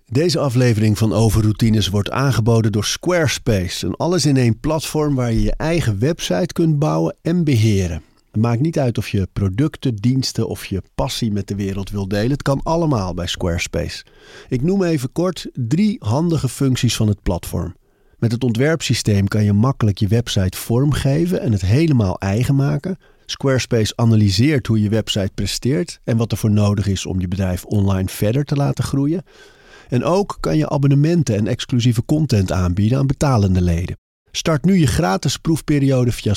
Deze aflevering van Overroutines wordt aangeboden door Squarespace. Een alles-in-één platform waar je je eigen website kunt bouwen en beheren. Het maakt niet uit of je producten, diensten of je passie met de wereld wil delen. Het kan allemaal bij Squarespace. Ik noem even kort 3 handige functies van het platform. Met het ontwerpsysteem kan je makkelijk je website vormgeven en het helemaal eigen maken. Squarespace analyseert hoe je website presteert en wat er voor nodig is om je bedrijf online verder te laten groeien. En ook kan je abonnementen en exclusieve content aanbieden aan betalende leden. Start nu je gratis proefperiode via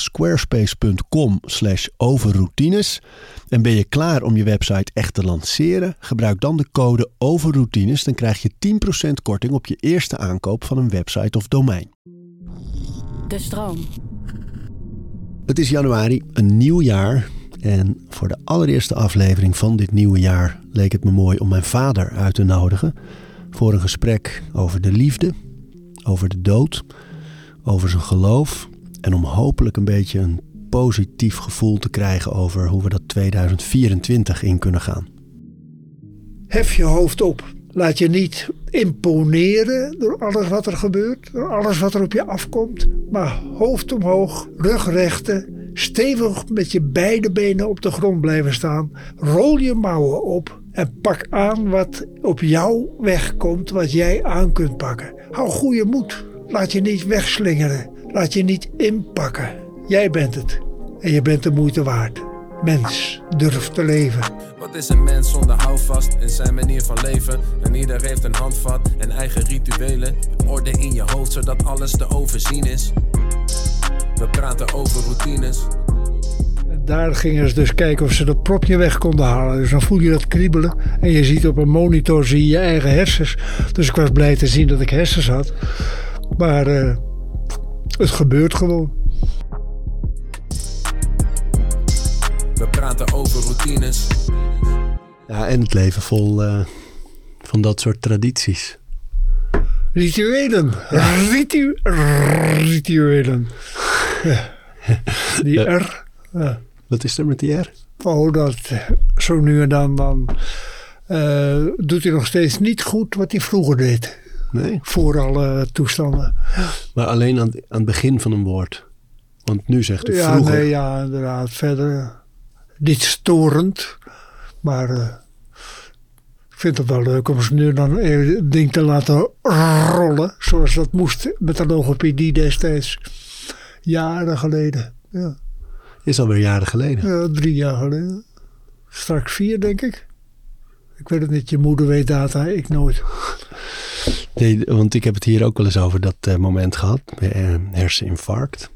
squarespace.com/overroutines. En ben je klaar om je website echt te lanceren? Gebruik dan de code overroutines. Dan krijg je 10% korting op je eerste aankoop van een website of domein. De stroom. Het is januari, een nieuw jaar. En voor de allereerste aflevering van dit nieuwe jaar leek het me mooi om mijn vader uit te nodigen voor een gesprek over de liefde, over de dood, over zijn geloof en om hopelijk een beetje een positief gevoel te krijgen over hoe we dat 2024 in kunnen gaan. Hef je hoofd op. Laat je niet imponeren door alles wat er gebeurt, door alles wat er op je afkomt, maar hoofd omhoog, rug rechten, stevig met je beide benen op de grond blijven staan. Rol je mouwen op en pak aan wat op jouw weg komt, wat jij aan kunt pakken. Hou goede moed. Laat je niet wegslingeren. Laat je niet inpakken. Jij bent het. En je bent de moeite waard. Mens, durf te leven. Wat is een mens zonder houvast in zijn manier van leven? En ieder heeft een handvat en eigen rituelen. Orde in je hoofd zodat alles te overzien is. We praten over routines. Daar gingen ze dus kijken of ze dat propje weg konden halen. Dus dan voel je dat kriebelen. En je ziet op een monitor zie je eigen hersens. Dus ik was blij te zien dat ik hersens had. Maar het gebeurt gewoon. We praten over routines. Ja, en het leven vol van dat soort tradities. Rituelen. Ja. Rituelen. Ja. Die R. Ja. Wat is er met die R? Oh, dat zo nu en dan doet hij nog steeds niet goed wat hij vroeger deed. Nee. Voor alle toestanden. Maar alleen aan het begin van een woord. Want nu zegt u Ja, vroeger. nee, ja, inderdaad. Verder niet storend. Maar ik vind het wel leuk om ze nu dan het ding te laten rollen. Zoals dat moest met de logopedie destijds. Jaren geleden. Ja. Is alweer jaren geleden. Ja, 3 jaar geleden. Straks 4, denk ik. Ik weet het niet. Je moeder weet data, ik nooit. Nee, want ik heb het hier ook wel eens over dat moment gehad. Herseninfarct.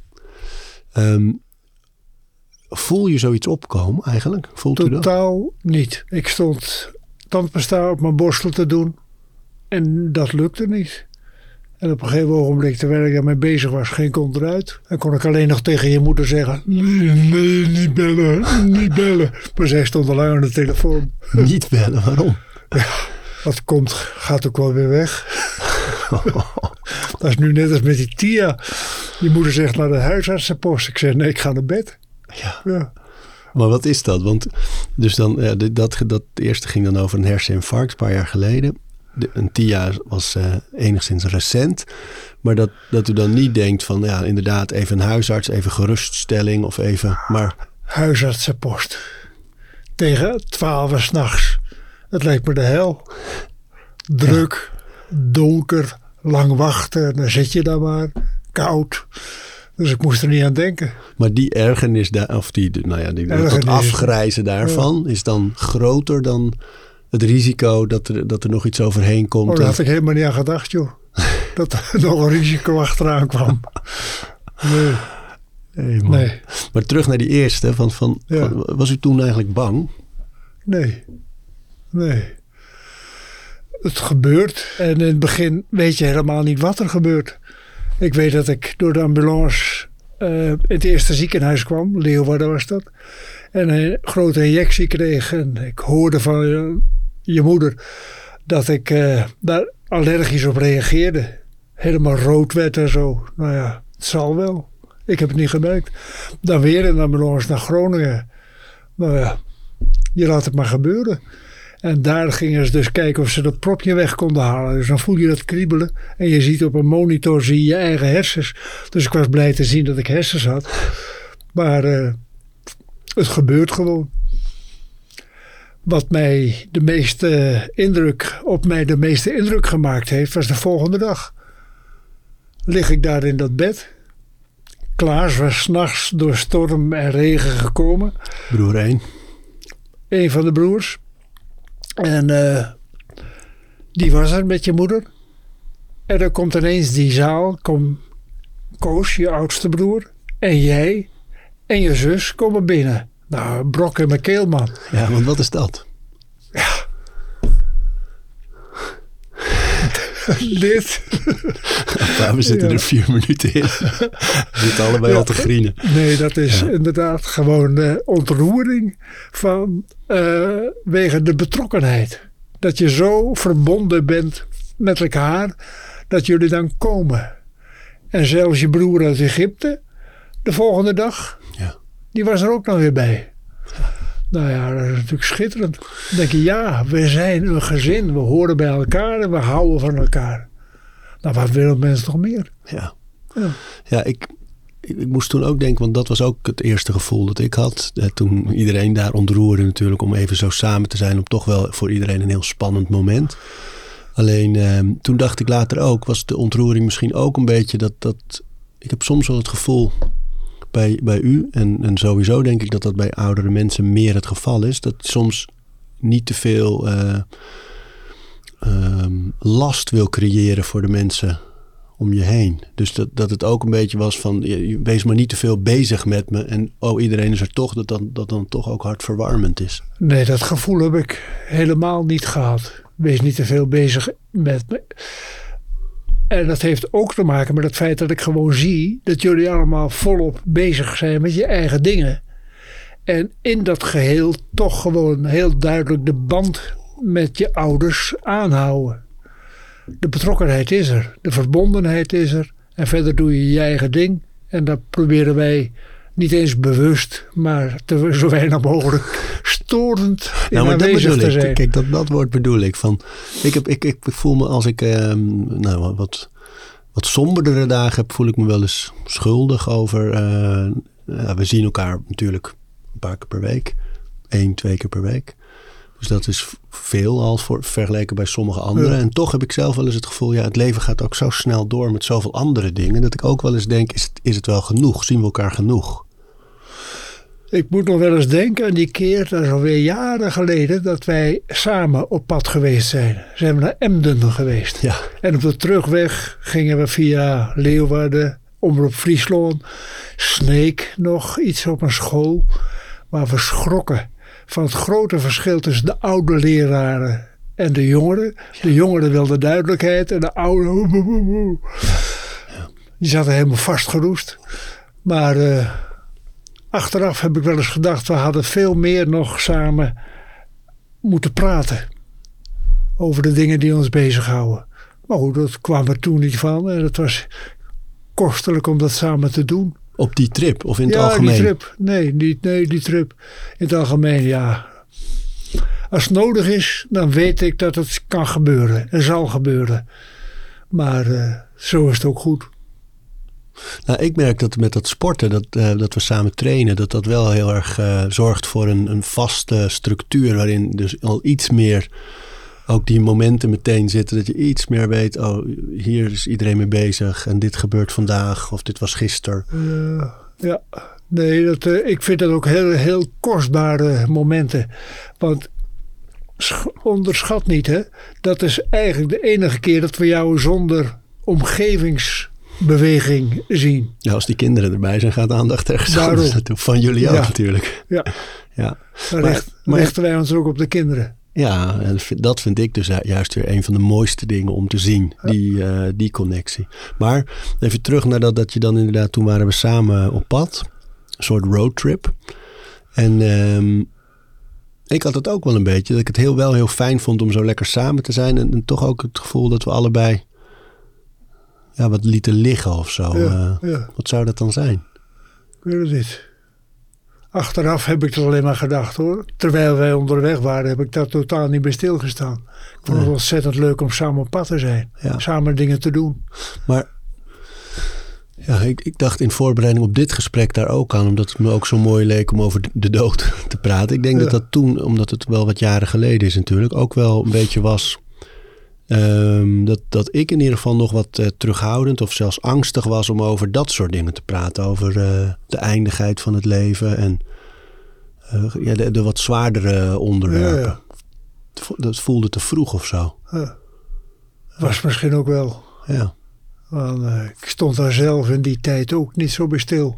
Voel je zoiets opkomen eigenlijk? Voelt u dat? Totaal niet. Ik stond tandpasta op mijn borstel te doen. En dat lukte niet. En op een gegeven ogenblik, terwijl ik daarmee bezig was, geen kont eruit. En kon ik alleen nog tegen je moeder zeggen: nee, niet bellen, niet bellen. Maar zij stond al lang aan de telefoon. Niet bellen, waarom? Ja, wat komt, gaat ook wel weer weg. Dat is nu net als met die Tia. Je moeder zegt naar de huisartsenpost. Ik zeg: nee, ik ga naar bed. Ja. Maar wat is dat? Want dus dan, dat eerste ging dan over een herseninfarct, een paar jaar geleden. Een TIA was enigszins recent. Maar dat u dan niet denkt van, ja, inderdaad, even een huisarts, even geruststelling of even, maar... Huisartsenpost. Tegen 12 s'nachts. Het lijkt me de hel. Druk, donker, lang wachten. Dan zit je daar maar. Koud. Dus ik moest er niet aan denken. Maar die ergernis, of dat afgrijzen daarvan, is dan groter dan het risico dat er nog iets overheen komt. Oh, daar had ik helemaal niet aan gedacht, joh. Dat er nog een risico achteraan kwam. Nee. Maar terug naar die eerste. Was u toen eigenlijk bang? Nee. Het gebeurt. En in het begin weet je helemaal niet wat er gebeurt. Ik weet dat ik door de ambulance in het eerste ziekenhuis kwam. Leeuwarden was dat. En een grote injectie kreeg. En ik hoorde van je moeder dat ik daar allergisch op reageerde. Helemaal rood werd en zo. Nou ja, het zal wel. Ik heb het niet gemerkt. Dan weer in de ambulance naar Groningen. Nou ja, je laat het maar gebeuren. En daar gingen ze dus kijken of ze dat propje weg konden halen. Dus dan voel je dat kriebelen. En je ziet op een monitor zie je eigen hersens. Dus ik was blij te zien dat ik hersens had. Maar het gebeurt gewoon. Wat mij de meeste indruk gemaakt heeft, was de volgende dag. Lig ik daar in dat bed. Klaas was 's nachts door storm en regen gekomen. Broer 1. Een van de broers. En die was er met je moeder. En dan komt ineens die zaal. Koos, je oudste broer. En jij. En je zus komen binnen. Nou, brok in mijn keel, man. Ja, want wat is dat? Ja. Dit. We zitten er 4 minuten in. We zitten allebei al te grienen. Nee, dat is inderdaad gewoon ontroering wegen de betrokkenheid. Dat je zo verbonden bent met elkaar dat jullie dan komen. En zelfs je broer uit Egypte, de volgende dag, die was er ook nog weer bij. Nou ja, dat is natuurlijk schitterend. Dan denk je, ja, we zijn een gezin. We horen bij elkaar en we houden van elkaar. Nou, wat willen mensen nog meer? Ja, ik moest toen ook denken, want dat was ook het eerste gevoel dat ik had. Toen iedereen daar ontroerde natuurlijk om even zo samen te zijn. Om toch wel voor iedereen een heel spannend moment. Alleen toen dacht ik later ook, was de ontroering misschien ook een beetje dat ik heb soms wel het gevoel bij u en sowieso denk ik dat bij oudere mensen meer het geval is. Dat soms niet te veel last wil creëren voor de mensen om je heen. Dus dat het ook een beetje was van, wees maar niet te veel bezig met me. En iedereen is er toch, dat dan toch ook hartverwarmend is. Nee, dat gevoel heb ik helemaal niet gehad. Wees niet te veel bezig met me. En dat heeft ook te maken met het feit dat ik gewoon zie dat jullie allemaal volop bezig zijn met je eigen dingen. En in dat geheel toch gewoon heel duidelijk de band met je ouders aanhouden. De betrokkenheid is er. De verbondenheid is er. En verder doe je je eigen ding. En dat proberen wij niet eens bewust, maar zo weinig mogelijk storend in aanwezig te zijn. Kijk, dat woord bedoel ik. Ik voel me als ik wat somberdere dagen heb, voel ik me wel eens schuldig over. We zien elkaar natuurlijk een paar keer per week. 1-2 keer per week. Dus dat is veel al vergeleken bij sommige anderen. Ja. En toch heb ik zelf wel eens het gevoel, het leven gaat ook zo snel door met zoveel andere dingen. Dat ik ook wel eens denk, is het wel genoeg? Zien we elkaar genoeg? Ik moet nog wel eens denken aan die keer, dat is alweer jaren geleden, dat wij samen op pad geweest zijn. Zijn we naar Emden geweest. Ja. En op de terugweg gingen we via Leeuwarden, Omroep Friesland, Sneek nog iets op een school. Maar we schrokken van het grote verschil tussen de oude leraren en de jongeren. Ja. De jongeren wilden duidelijkheid en de oude die zaten helemaal vastgeroest. Maar achteraf heb ik wel eens gedacht, we hadden veel meer nog samen moeten praten over de dingen die ons bezighouden. Maar goed, dat kwam er toen niet van en het was kostelijk om dat samen te doen. Op die trip of in het algemeen? Die trip. Nee, die trip. In het algemeen, ja. Als het nodig is, dan weet ik dat het kan gebeuren en zal gebeuren. Maar zo is het ook goed. Nou, ik merk dat met dat sporten, dat we samen trainen, dat wel heel erg zorgt voor een vaste structuur waarin dus al iets meer ook die momenten meteen zitten. Dat je iets meer weet, hier is iedereen mee bezig en dit gebeurt vandaag of dit was gisteren. Ja, nee, ik vind dat ook heel, heel kostbare momenten. Want onderschat niet, hè. Dat is eigenlijk de enige keer dat we jou zonder omgevingsbeweging zien. Ja, als die kinderen erbij zijn, gaat de aandacht ergens anders naartoe. Van jullie ook natuurlijk. Ja. Dan richten wij ons ook op de kinderen. Ja, dat vind ik dus juist weer een van de mooiste dingen om te zien. Die connectie. Maar even terug naar dat je dan inderdaad, toen waren we samen op pad. Een soort roadtrip. En ik had het ook wel een beetje. Dat ik het heel fijn vond om zo lekker samen te zijn. En toch ook het gevoel dat we allebei wat lieten liggen of zo. Wat zou dat dan zijn? Ik weet het niet. Achteraf heb ik er alleen maar gedacht hoor. Terwijl wij onderweg waren heb ik daar totaal niet bij stilgestaan. Ik vond het ontzettend leuk om samen op pad te zijn. Ja. Samen dingen te doen. Maar ja, ik dacht in voorbereiding op dit gesprek daar ook aan. Omdat het me ook zo mooi leek om over de dood te praten. Ik denk dat toen, omdat het wel wat jaren geleden is natuurlijk, ook wel een beetje was. Dat ik in ieder geval nog wat terughoudend of zelfs angstig was om over dat soort dingen te praten. Over de eindigheid van het leven en de wat zwaardere onderwerpen. Ja. Dat voelde te vroeg of zo. Ja. Was misschien ook wel. Ja. Want ik stond daar zelf in die tijd ook niet zo bij stil.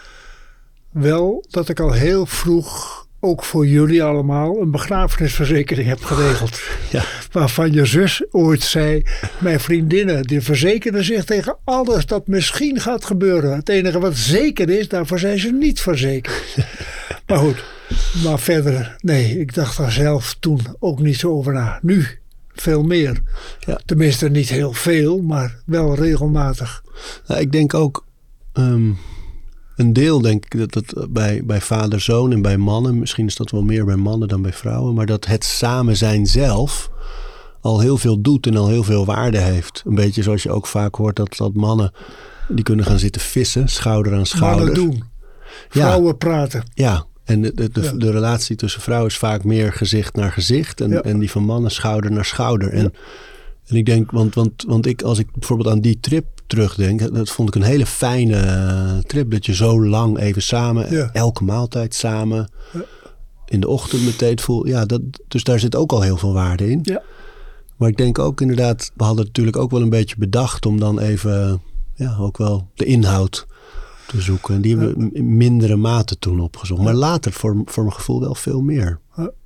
Wel dat ik al heel vroeg, ook voor jullie allemaal, een begrafenisverzekering heb geregeld. Ja. Waarvan je zus ooit zei, mijn vriendinnen, die verzekeren zich tegen alles dat misschien gaat gebeuren. Het enige wat zeker is, daarvoor zijn ze niet verzekerd. Maar goed, maar verder, nee, ik dacht daar zelf toen ook niet zo over na. Nu veel meer. Ja. Tenminste niet heel veel, maar wel regelmatig. Nou, ik denk ook, een deel denk ik dat bij vader-zoon en bij mannen, misschien is dat wel meer bij mannen dan bij vrouwen, maar dat het samen zijn zelf al heel veel doet en al heel veel waarde heeft. Een beetje zoals je ook vaak hoort dat mannen, die kunnen gaan zitten vissen, schouder aan schouder. Mannen doen. Vrouwen praten. Ja. En de relatie tussen vrouwen is vaak meer gezicht naar gezicht. En die van mannen schouder naar schouder. En ik denk, want als ik bijvoorbeeld aan die trip terugdenk. Dat vond ik een hele fijne trip. Dat je zo lang even samen, elke maaltijd samen. In de ochtend meteen voel. Ja, dus daar zit ook al heel veel waarde in. Ja. Maar ik denk ook inderdaad, we hadden natuurlijk ook wel een beetje bedacht om dan even, ook wel de inhoud te zoeken. En die hebben we in mindere mate toen opgezocht. Maar later voor mijn gevoel wel veel meer.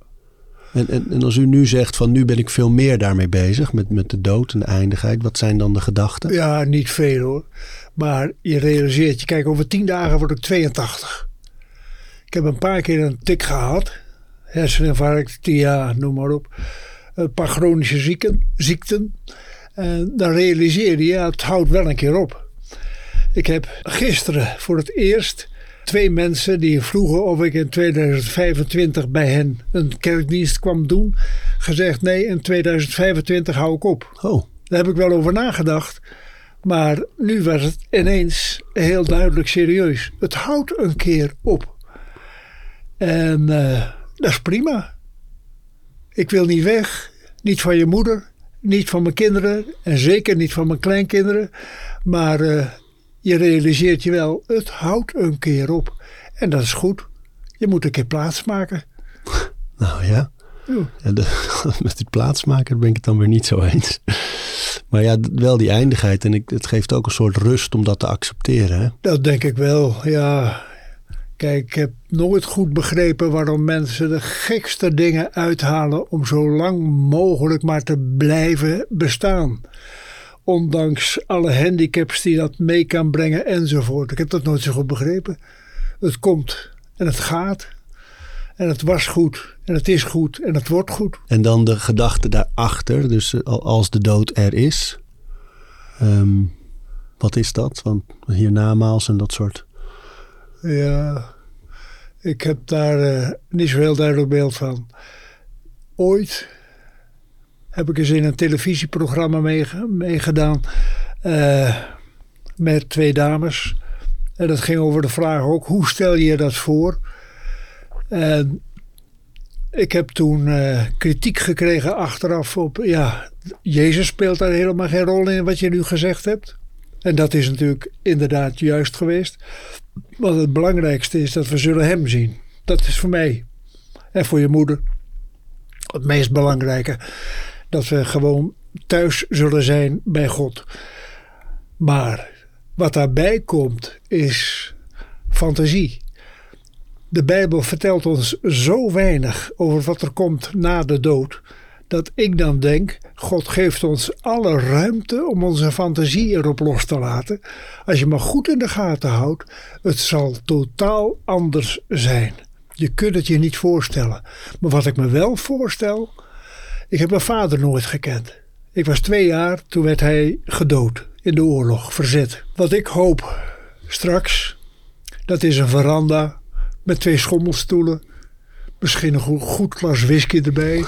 En als u nu zegt van nu ben ik veel meer daarmee bezig. Met de dood en de eindigheid. Wat zijn dan de gedachten? Ja, niet veel hoor. Maar je realiseert, kijk, over 10 dagen word ik 82. Ik heb een paar keer een tik gehad. Herseninfarct, TIA, noem maar op. Een paar chronische ziekten. En dan realiseer je, het houdt wel een keer op. Ik heb gisteren voor het eerst 2 mensen die vroegen of ik in 2025 bij hen een kerkdienst kwam doen, gezegd nee, in 2025 hou ik op. Oh. Daar heb ik wel over nagedacht. Maar nu was het ineens heel duidelijk serieus. Het houdt een keer op. En dat is prima. Ik wil niet weg. Niet van je moeder. Niet van mijn kinderen. En zeker niet van mijn kleinkinderen. Maar je realiseert je wel, het houdt een keer op. En dat is goed. Je moet een keer plaatsmaken. Nou ja. Met die plaatsmaken ben ik het dan weer niet zo eens. Maar ja, wel die eindigheid. En het geeft ook een soort rust om dat te accepteren. Hè? Dat denk ik wel, ja. Kijk, ik heb nooit goed begrepen waarom mensen de gekste dingen uithalen om zo lang mogelijk maar te blijven bestaan. Ondanks alle handicaps die dat mee kan brengen enzovoort. Ik heb dat nooit zo goed begrepen. Het komt en het gaat. En het was goed. En het is goed. En het wordt goed. En dan de gedachte daarachter. Dus als de dood er is. Wat is dat? Want hiernamaals en dat soort. Ja. Ik heb daar niet zo heel duidelijk beeld van. Ooit heb ik eens in een televisieprogramma meegedaan. Met 2 dames. En dat ging over de vraag ook. Hoe stel je dat voor? En ik heb toen kritiek gekregen achteraf op, Jezus speelt daar helemaal geen rol in wat je nu gezegd hebt. En dat is natuurlijk inderdaad juist geweest. Want het belangrijkste is dat we zullen hem zien. Dat is voor mij en voor je moeder het meest belangrijke. Dat we gewoon thuis zullen zijn bij God. Maar wat daarbij komt is fantasie. De Bijbel vertelt ons zo weinig over wat er komt na de dood, dat ik dan denk, God geeft ons alle ruimte om onze fantasie erop los te laten. Als je maar goed in de gaten houdt, het zal totaal anders zijn. Je kunt het je niet voorstellen. Maar wat ik me wel voorstel, ik heb mijn vader nooit gekend. Ik was 2 jaar, toen werd hij gedood in de oorlog, verzet. Wat ik hoop straks, dat is een veranda Met 2 schommelstoelen. Misschien een goed glas whisky erbij.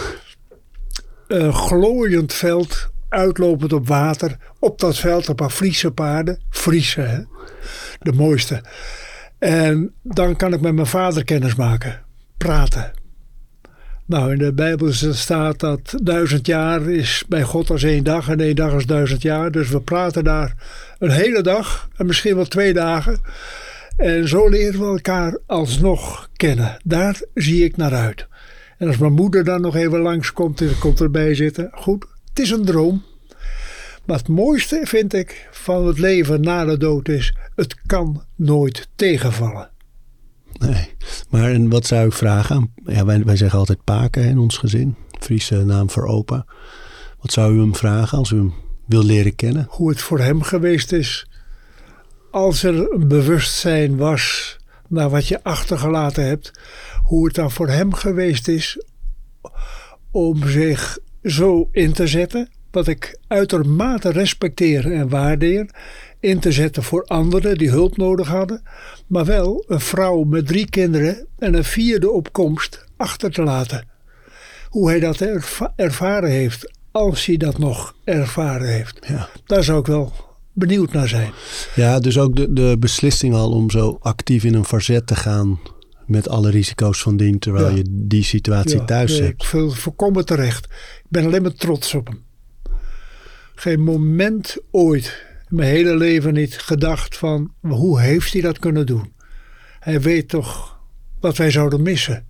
Een glooiend veld, uitlopend op water. Op dat veld een paar Friese paarden. Friese, hè? De mooiste. En dan kan ik met mijn vader kennis maken. Praten. Nou, in de Bijbel staat dat 1000 jaar is bij God als 1 dag. En 1 dag is 1000 jaar. Dus we praten daar een hele dag. En misschien wel 2 dagen. En zo leren we elkaar alsnog kennen. Daar zie ik naar uit. En als mijn moeder dan nog even langskomt en komt erbij zitten. Goed, het is een droom. Maar het mooiste vind ik van het leven na de dood is. Het kan nooit tegenvallen. Nee, maar en wat zou ik vragen? Ja, wij zeggen altijd Paken in ons gezin. Friese naam voor opa. Wat zou u hem vragen als u hem wil leren kennen? Hoe het voor hem geweest is. Als er een bewustzijn was naar wat je achtergelaten hebt. Hoe het dan voor hem geweest is om zich zo in te zetten. Wat ik uitermate respecteer en waardeer. In te zetten voor anderen die hulp nodig hadden. Maar wel een vrouw met 3 kinderen en een 4e op komst achter te laten. Hoe hij dat ervaren heeft. Als hij dat nog ervaren heeft. Ja. Daar zou ik wel benieuwd naar zijn. Ja, dus ook de beslissing al om zo actief in een verzet te gaan. Met alle risico's van dien. Terwijl je die situatie thuis hebt. Ik voel volkomen terecht. Ik ben alleen maar trots op hem. Geen moment ooit in mijn hele leven niet gedacht van hoe heeft hij dat kunnen doen? Hij weet toch wat wij zouden missen.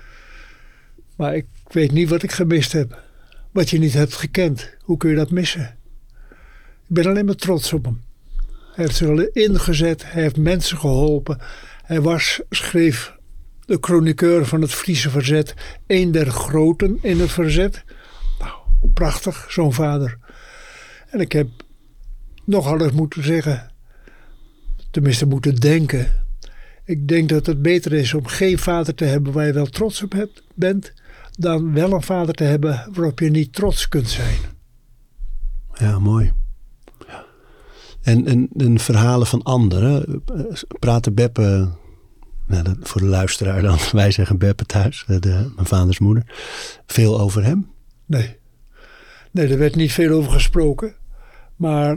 Maar ik weet niet wat ik gemist heb. Wat je niet hebt gekend. Hoe kun je dat missen? Ik ben alleen maar trots op hem. Hij heeft zich al ingezet. Hij heeft mensen geholpen. Hij schreef de chroniqueur van het Friese verzet. Een der groten in het verzet. Nou, prachtig, zo'n vader. En ik heb nogal eens moeten zeggen, tenminste moeten denken. Ik denk dat het beter is om geen vader te hebben waar je wel trots op bent, dan wel een vader te hebben waarop je niet trots kunt zijn. Ja, mooi. Ja. En verhalen van anderen, praten Beppe, nou, voor de luisteraar dan, wij zeggen Beppe thuis, mijn vaders moeder, veel over hem? Nee, er werd niet veel over gesproken. Maar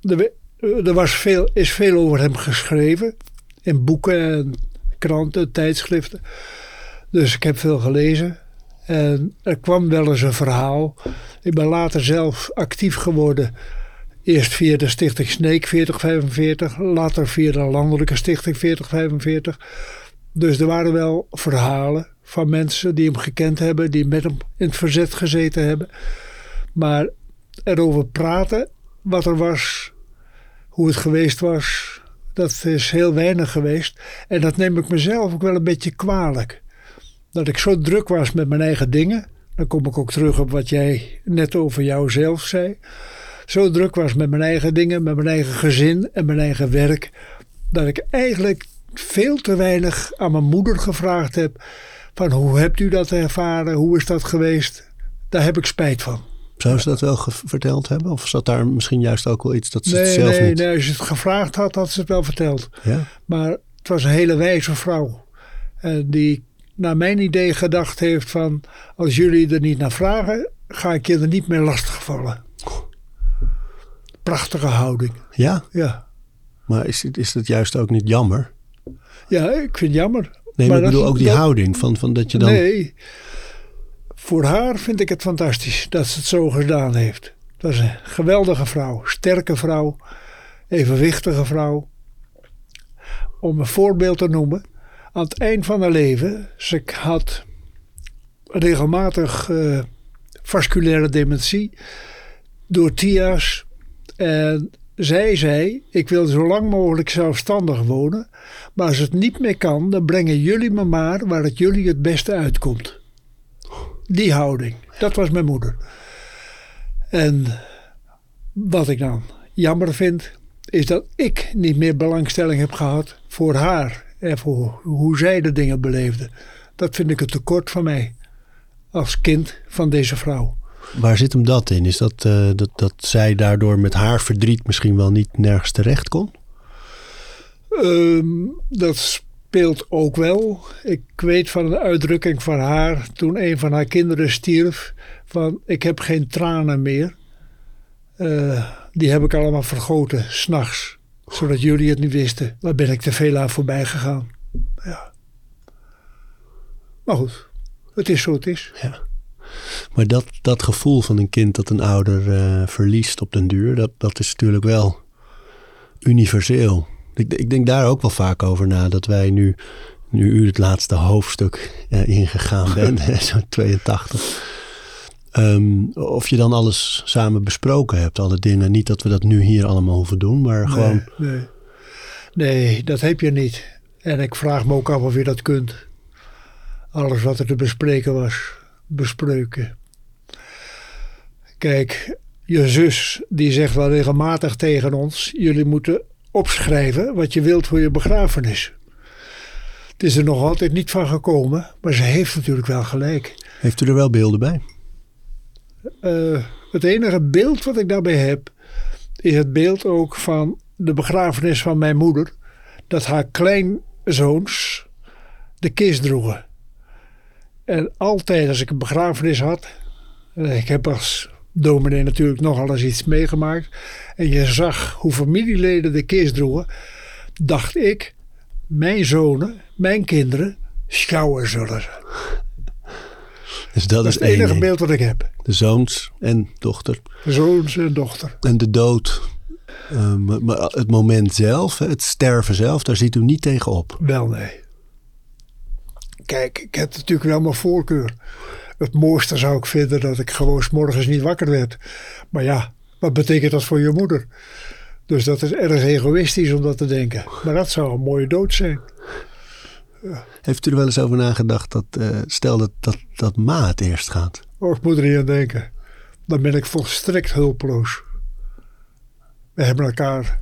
er is veel over hem geschreven. In boeken en kranten, tijdschriften. Dus ik heb veel gelezen. En er kwam wel eens een verhaal. Ik ben later zelf actief geworden. Eerst via de stichting Sneek 4045. Later via de landelijke stichting 4045. Dus er waren wel verhalen van mensen die hem gekend hebben. Die met hem in het verzet gezeten hebben. Maar erover praten, wat er was, hoe het geweest was, dat is heel weinig geweest. En dat neem ik mezelf ook wel een beetje kwalijk. Dat ik zo druk was met mijn eigen dingen. Dan kom ik ook terug op wat jij net over jouzelf zei. Zo druk was met mijn eigen dingen, met mijn eigen gezin en mijn eigen werk. Dat ik eigenlijk veel te weinig aan mijn moeder gevraagd heb. Van hoe hebt u dat ervaren? Hoe is dat geweest? Daar heb ik spijt van. Zou ze dat wel verteld hebben? Of zat daar misschien juist ook wel iets dat ze het zelf niet... Nee, als je het gevraagd had ze het wel verteld. Ja? Maar het was een hele wijze vrouw. Die naar mijn idee gedacht heeft van... als jullie er niet naar vragen, ga ik je er niet meer lastigvallen. Prachtige houding. Ja? Ja. Maar is het juist ook niet jammer? Ja, ik vind het jammer. Nee, maar ik bedoel ook die houding van dat je dan... Nee, voor haar vind ik het fantastisch dat ze het zo gedaan heeft. Dat is een geweldige vrouw, sterke vrouw, evenwichtige vrouw. Om een voorbeeld te noemen, aan het eind van haar leven, ze had regelmatig vasculaire dementie door TIA's. En zij zei, ik wil zo lang mogelijk zelfstandig wonen, maar als het niet meer kan, dan brengen jullie me maar waar het jullie het beste uitkomt. Die houding, dat was mijn moeder. En wat ik dan jammer vind, is dat ik niet meer belangstelling heb gehad voor haar. En voor hoe zij de dingen beleefde. Dat vind ik een tekort van mij. Als kind van deze vrouw. Waar zit hem dat in? Is dat zij daardoor met haar verdriet misschien wel niet nergens terecht kon? Dat speelt ook wel. Ik weet van een uitdrukking van haar toen een van haar kinderen stierf. Van ik heb geen tranen meer. Die heb ik allemaal vergoten, 's nachts. Zodat jullie het niet wisten. Daar ben ik te veel aan voorbij gegaan. Ja. Maar goed, het is zo het is. Ja. Maar dat gevoel van een kind dat een ouder verliest op den duur, dat is natuurlijk wel universeel. Ik denk daar ook wel vaak over na, dat wij nu u het laatste hoofdstuk ingegaan bent, zo'n 82. Of je dan alles samen besproken hebt, alle dingen. Niet dat we dat nu hier allemaal hoeven doen, maar gewoon... Nee, dat heb je niet. En ik vraag me ook af of je dat kunt. Alles wat er te bespreken was, bespreken. Kijk, je zus die zegt wel regelmatig tegen ons, jullie moeten opschrijven wat je wilt voor je begrafenis. Het is er nog altijd niet van gekomen, maar ze heeft natuurlijk wel gelijk. Heeft u er wel beelden bij? Het enige beeld wat ik daarbij heb, is het beeld ook van de begrafenis van mijn moeder. Dat haar kleinzoons de kist droegen. En altijd als ik een begrafenis had, ik heb als dominee natuurlijk nogal eens iets meegemaakt, en je zag hoe familieleden de kist droegen, dacht ik, mijn zonen, mijn kinderen, schouwen zullen ze. Dus dat is het enige beeld wat ik heb. De zoons en dochter. De zoons en dochter. En de dood. Maar het moment zelf, het sterven zelf, daar ziet u niet tegen op. Wel nee. Kijk, ik heb natuurlijk wel mijn voorkeur. Het mooiste zou ik vinden dat ik gewoon 's morgens niet wakker werd. Maar ja, wat betekent dat voor je moeder? Dus dat is erg egoïstisch om dat te denken. Maar dat zou een mooie dood zijn. Ja. Heeft u er wel eens over nagedacht dat stel dat ma het eerst gaat? Oh, ik moet er niet aan denken. Dan ben ik volstrekt hulpeloos. We hebben elkaar...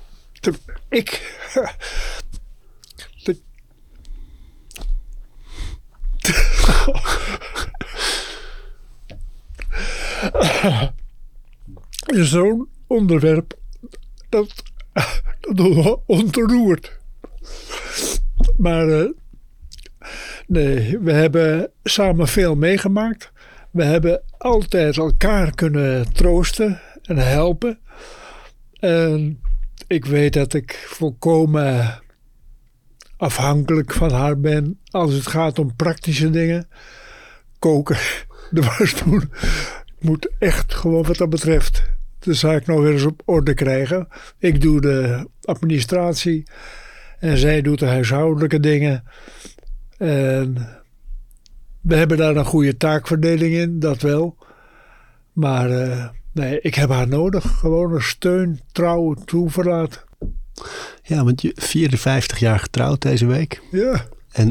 Zo'n onderwerp dat ontroert. Maar nee, we hebben samen veel meegemaakt. We hebben altijd elkaar kunnen troosten en helpen. En ik weet dat ik volkomen afhankelijk van haar ben als het gaat om praktische dingen. Koken, de wasdoen. Moet echt gewoon wat dat betreft de zaak nog weer eens op orde krijgen. Ik doe de administratie en zij doet de huishoudelijke dingen. En we hebben daar een goede taakverdeling in, dat wel. Maar nee, ik heb haar nodig. Gewoon een steun, trouw, toeverlaat. Ja, want je 54 jaar getrouwd deze week. Ja. En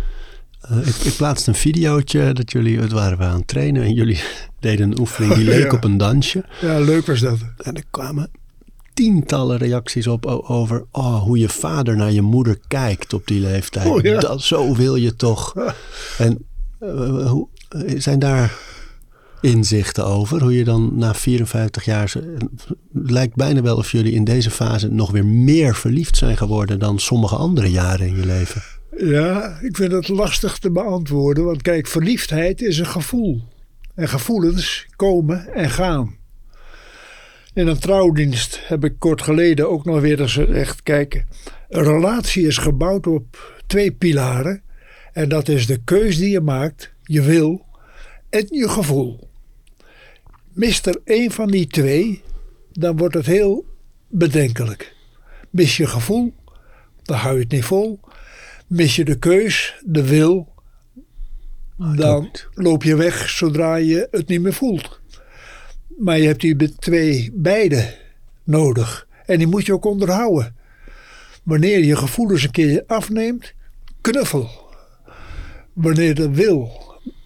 ik plaatste een videootje dat het waren we aan het trainen en jullie deden een oefening die leek op een dansje. Ja, leuk was dat. En er kwamen tientallen reacties op over hoe je vader naar je moeder kijkt op die leeftijd. Oh, ja. Zo wil je toch. Ja. En zijn daar inzichten over? Hoe je dan na 54 jaar... Het lijkt bijna wel of jullie in deze fase nog weer meer verliefd zijn geworden dan sommige andere jaren in je leven. Ja, ik vind het lastig te beantwoorden. Want kijk, verliefdheid is een gevoel. En gevoelens komen en gaan. In een trouwdienst heb ik kort geleden ook nog weer eens gezegd... Kijk, een relatie is gebouwd op 2 pilaren. En dat is de keus die je maakt, je wil en je gevoel. Mist er 1 van die 2, dan wordt het heel bedenkelijk. Mis je gevoel, dan hou je het niet vol. Mis je de keus, de wil, dan loop je weg zodra je het niet meer voelt. Maar je hebt die beide nodig. En die moet je ook onderhouden. Wanneer je gevoelens een keer afneemt, knuffel. Wanneer de wil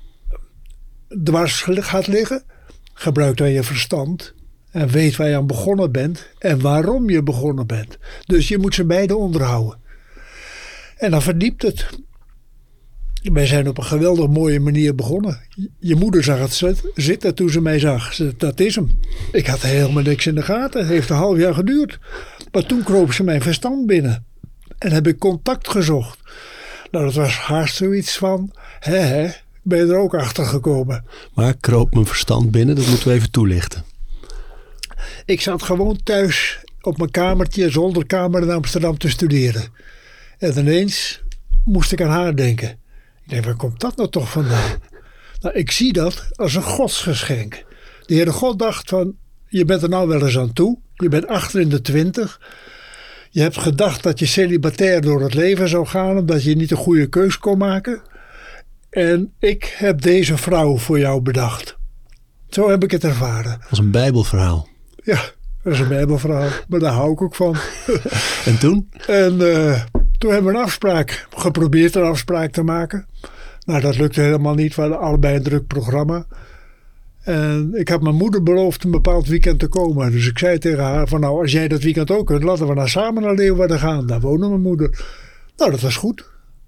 dwars gaat liggen, gebruik dan je verstand. En weet waar je aan begonnen bent en waarom je begonnen bent. Dus je moet ze beide onderhouden. En dan verdiept het. Wij zijn op een geweldig mooie manier begonnen. Je moeder zag het zitten toen ze mij zag. Dat is hem. Ik had helemaal niks in de gaten. Het heeft een half jaar geduurd. Maar toen kroop ze mijn verstand binnen. En heb ik contact gezocht. Nou, dat was haast zoiets van, ben je er ook achter gekomen. Maar kroop mijn verstand binnen, dat moeten we even toelichten. Ik zat gewoon thuis op mijn kamertje, zolderkamer in Amsterdam te studeren. En ineens moest ik aan haar denken. Ik denk, waar komt dat nou toch vandaan? Nou, ik zie dat als een godsgeschenk. De Heere God dacht van, je bent er nou wel eens aan toe. Je bent achter in de 20. Je hebt gedacht dat je celibatair door het leven zou gaan, omdat je niet een goede keus kon maken. En ik heb deze vrouw voor jou bedacht. Zo heb ik het ervaren. Als een bijbelverhaal. Ja, dat is een bijbelverhaal. Maar daar hou ik ook van. En toen? En toen hebben we geprobeerd een afspraak te maken. Nou, dat lukte helemaal niet. We hadden allebei een druk programma. En ik had mijn moeder beloofd een bepaald weekend te komen. Dus ik zei tegen haar van, nou, als jij dat weekend ook kunt, laten we nou samen naar Leeuwarden gaan. Daar woonde mijn moeder. Nou, dat was goed.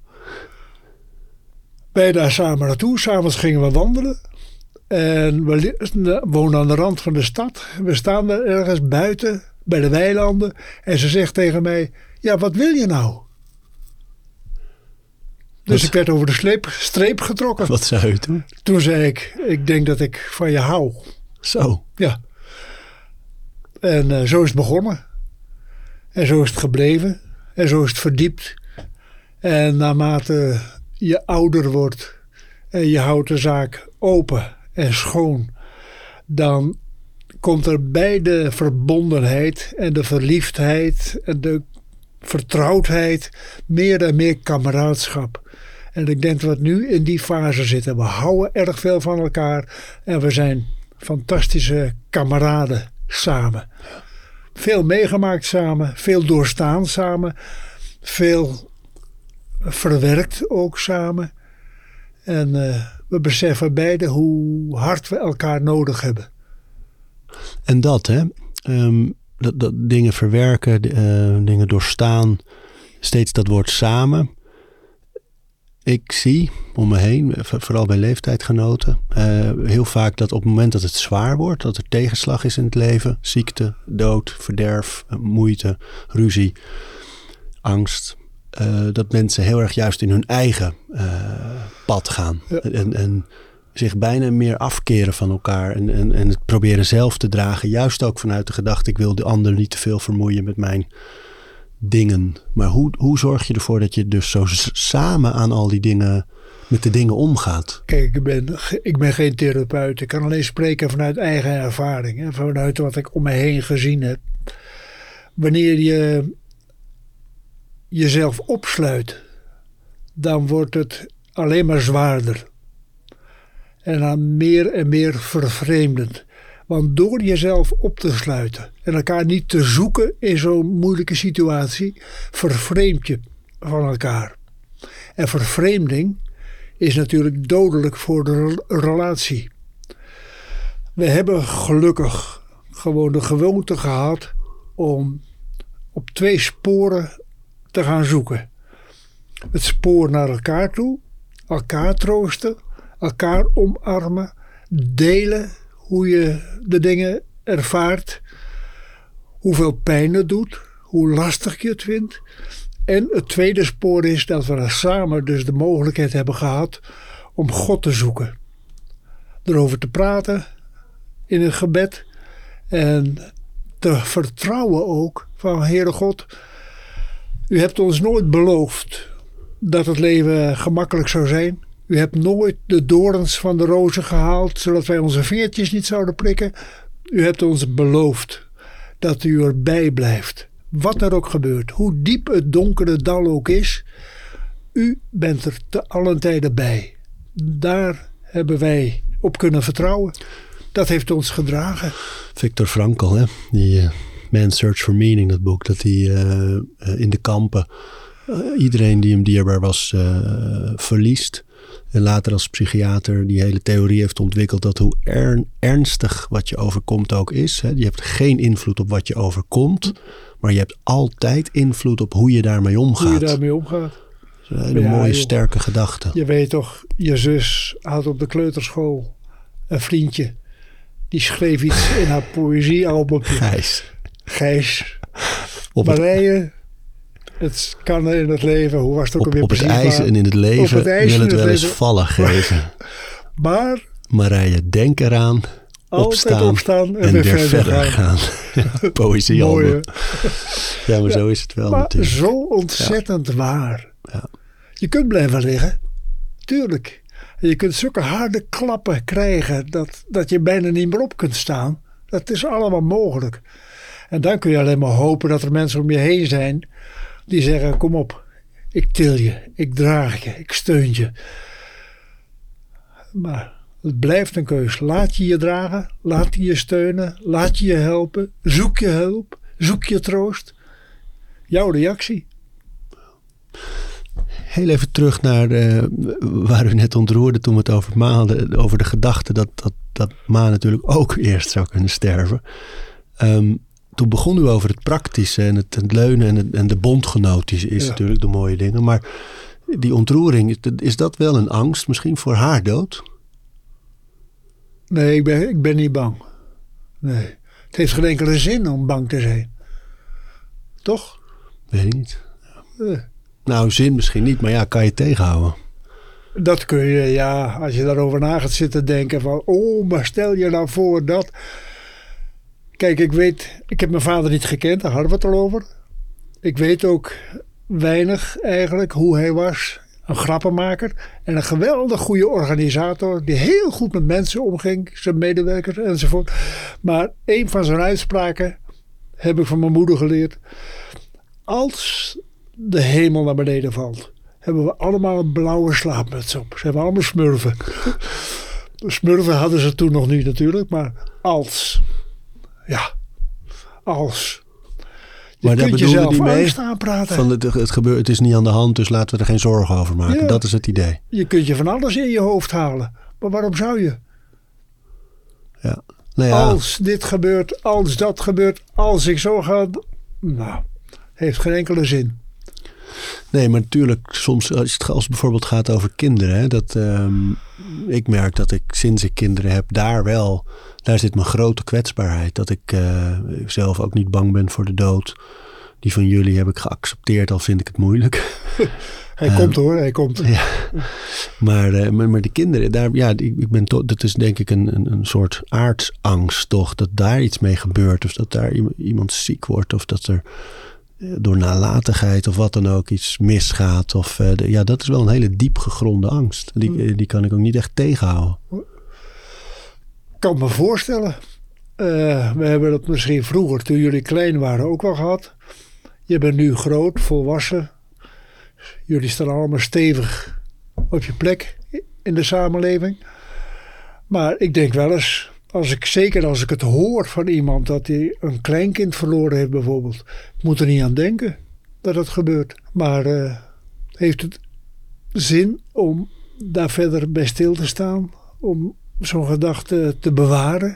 Wij daar samen naartoe. 's Avonds gingen we wandelen. En we woonden aan de rand van de stad. We staan daar ergens buiten bij de weilanden. En ze zegt tegen mij, ja, wat wil je nou? Dus ik werd over de streep getrokken. Wat zei u toen? Toen zei ik denk dat ik van je hou. Zo. Ja. En zo is het begonnen. En zo is het gebleven. En zo is het verdiept. En naarmate je ouder wordt en je houdt de zaak open en schoon, dan komt er bij de verbondenheid en de verliefdheid en de vertrouwdheid meer en meer kameraadschap. En ik denk dat we nu in die fase zitten. We houden erg veel van elkaar en we zijn fantastische kameraden samen. Veel meegemaakt samen, veel doorstaan samen, veel verwerkt ook samen. En we beseffen beide hoe hard we elkaar nodig hebben. En dat, hè? Dat dingen verwerken, dingen doorstaan, steeds dat woord samen. Ik zie om me heen, vooral bij leeftijdgenoten, heel vaak dat op het moment dat het zwaar wordt, dat er tegenslag is in het leven, ziekte, dood, verderf, moeite, ruzie, angst, dat mensen heel erg juist in hun eigen pad gaan. Ja. En zich bijna meer afkeren van elkaar en het proberen zelf te dragen. Juist ook vanuit de gedachte, ik wil de ander niet te veel vermoeien met mijn dingen. Maar hoe zorg je ervoor dat je dus zo samen aan al die dingen, met de dingen omgaat? Kijk, ik ben geen therapeut. Ik kan alleen spreken vanuit eigen ervaring. Hè, vanuit wat ik om me heen gezien heb. Wanneer je jezelf opsluit, dan wordt het alleen maar zwaarder. En dan meer en meer vervreemdend. Want door jezelf op te sluiten en elkaar niet te zoeken in zo'n moeilijke situatie, vervreemd je van elkaar. En vervreemding is natuurlijk dodelijk voor de relatie. We hebben gelukkig gewoon de gewoonte gehad om op 2 sporen te gaan zoeken. Het spoor naar elkaar toe, elkaar troosten, elkaar omarmen, delen hoe je de dingen ervaart, hoeveel pijn het doet, hoe lastig je het vindt. En het tweede spoor is dat we samen dus de mogelijkheid hebben gehad om God te zoeken. Erover te praten in een gebed en te vertrouwen ook van Heere God, u hebt ons nooit beloofd dat het leven gemakkelijk zou zijn. U hebt nooit de dorens van de rozen gehaald, zodat wij onze vingertjes niet zouden prikken. U hebt ons beloofd dat u erbij blijft. Wat er ook gebeurt, hoe diep het donkere dal ook is, u bent er te allen tijden bij. Daar hebben wij op kunnen vertrouwen. Dat heeft ons gedragen. Viktor Frankl, hè? Die Man's Search for Meaning, dat boek, dat hij in de kampen iedereen die hem dierbaar was verliest. En later als psychiater die hele theorie heeft ontwikkeld dat hoe ernstig wat je overkomt ook is. Hè? Je hebt geen invloed op wat je overkomt, maar je hebt altijd invloed op hoe je daarmee omgaat. Hoe je daarmee omgaat. Dat is een hele mooie, sterke gedachte. Je weet toch, je zus had op de kleuterschool een vriendje. Die schreef iets in haar poëziealbum. Gijs. Marije. Het kan in het leven, hoe was het ook alweer Op het precies? ijs en in het leven wil het wel eens vallen geven. Maar Marije, denk eraan. altijd opstaan en weer verder gaan. Ja, poëzie Mooi, allemaal. Ja, maar zo is het wel maar natuurlijk. zo ontzettend waar. Ja. Je kunt blijven liggen. Tuurlijk. En je kunt zulke harde klappen krijgen dat je bijna niet meer op kunt staan. Dat is allemaal mogelijk. En dan kun je alleen maar hopen dat er mensen om je heen zijn die zeggen, kom op, ik til je, ik draag je, ik steun je. Maar het blijft een keus. Laat je je dragen, laat je steunen, laat je helpen, zoek je hulp, zoek je troost. Jouw reactie. Heel even terug naar waar u net ontroerde toen we het over Ma hadden. Over de gedachte dat Ma natuurlijk ook eerst zou kunnen sterven. Toen begon u over het praktische en het leunen en de bondgenoot is natuurlijk de mooie dingen. Maar die ontroering, is dat wel een angst misschien voor haar dood? Nee, ik ben niet bang. Nee. Het heeft geen enkele zin om bang te zijn. Toch? Weet ik niet. Nou, zin misschien niet, maar ja, kan je tegenhouden. Dat kun je, ja, als je daarover na gaat zitten denken van, oh, maar stel je nou voor dat. Kijk, ik heb mijn vader niet gekend, daar hadden we het al over. Ik weet ook weinig eigenlijk hoe hij was. Een grappenmaker en een geweldig goede organisator die heel goed met mensen omging, zijn medewerkers enzovoort. Maar een van zijn uitspraken heb ik van mijn moeder geleerd. Als de hemel naar beneden valt, hebben we allemaal een blauwe slaapmuts op. Ze hebben allemaal smurfen. Smurfen hadden ze toen nog niet natuurlijk, maar als. Ja, als. Maar daar bedoelde die mee aanpraten. Van het is niet aan de hand, dus laten we er geen zorgen over maken. Ja, dat is het idee. Je kunt je van alles in je hoofd halen. Maar waarom zou je? Ja. Nou ja. Als dit gebeurt, als dat gebeurt, als ik zo ga. Nou, heeft geen enkele zin. Nee, maar natuurlijk soms als het bijvoorbeeld gaat over kinderen. Hè, ik merk dat ik sinds ik kinderen heb daar zit mijn grote kwetsbaarheid. Dat ik zelf ook niet bang ben voor de dood. Die van jullie heb ik geaccepteerd, al vind ik het moeilijk. Hij komt hoor, hij komt. Ja. Maar de kinderen, dat is denk ik een soort aardsangst toch. Dat daar iets mee gebeurt. Of dat daar iemand ziek wordt. Of dat er door nalatigheid of wat dan ook iets misgaat. Dat is wel een hele diep gegronde angst. Die kan ik ook niet echt tegenhouden. Ik kan me voorstellen. We hebben dat misschien vroeger, toen jullie klein waren, ook wel gehad. Je bent nu groot, volwassen. Jullie staan allemaal stevig op je plek in de samenleving. Maar ik denk wel eens, zeker als ik het hoor van iemand dat hij een kleinkind verloren heeft bijvoorbeeld. Ik moet er niet aan denken dat het gebeurt. Maar heeft het zin om daar verder bij stil te staan? Om zo'n gedachte te bewaren?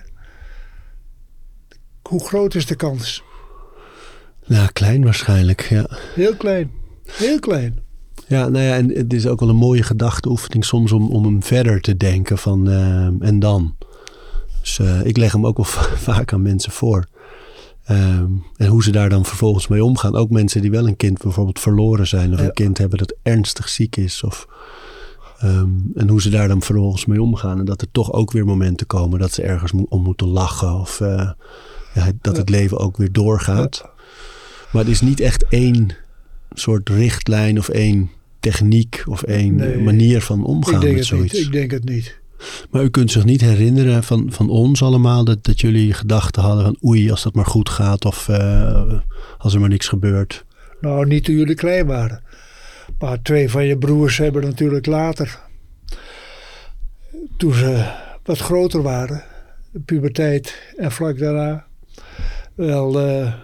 Hoe groot is de kans? Nou, klein waarschijnlijk, ja. Heel klein. Heel klein. Ja, nou ja, en het is ook wel een mooie gedachteoefening soms om hem verder te denken van en dan. Dus ik leg hem ook wel vaak aan mensen voor. En hoe ze daar dan vervolgens mee omgaan. Ook mensen die wel een kind bijvoorbeeld verloren zijn. Of een kind hebben dat ernstig ziek is. En hoe ze daar dan vervolgens mee omgaan. En dat er toch ook weer momenten komen dat ze ergens om moeten lachen. Of dat het leven ook weer doorgaat. Ja. Maar het is niet echt één soort richtlijn of één techniek of één manier van omgaan met zoiets. Ik denk het niet. Maar u kunt zich niet herinneren van ons allemaal dat jullie gedachten hadden van oei, als dat maar goed gaat of als er maar niks gebeurt. Nou, niet toen jullie klein waren. Maar 2 van je broers hebben natuurlijk later, toen ze wat groter waren, de puberteit en vlak daarna, wel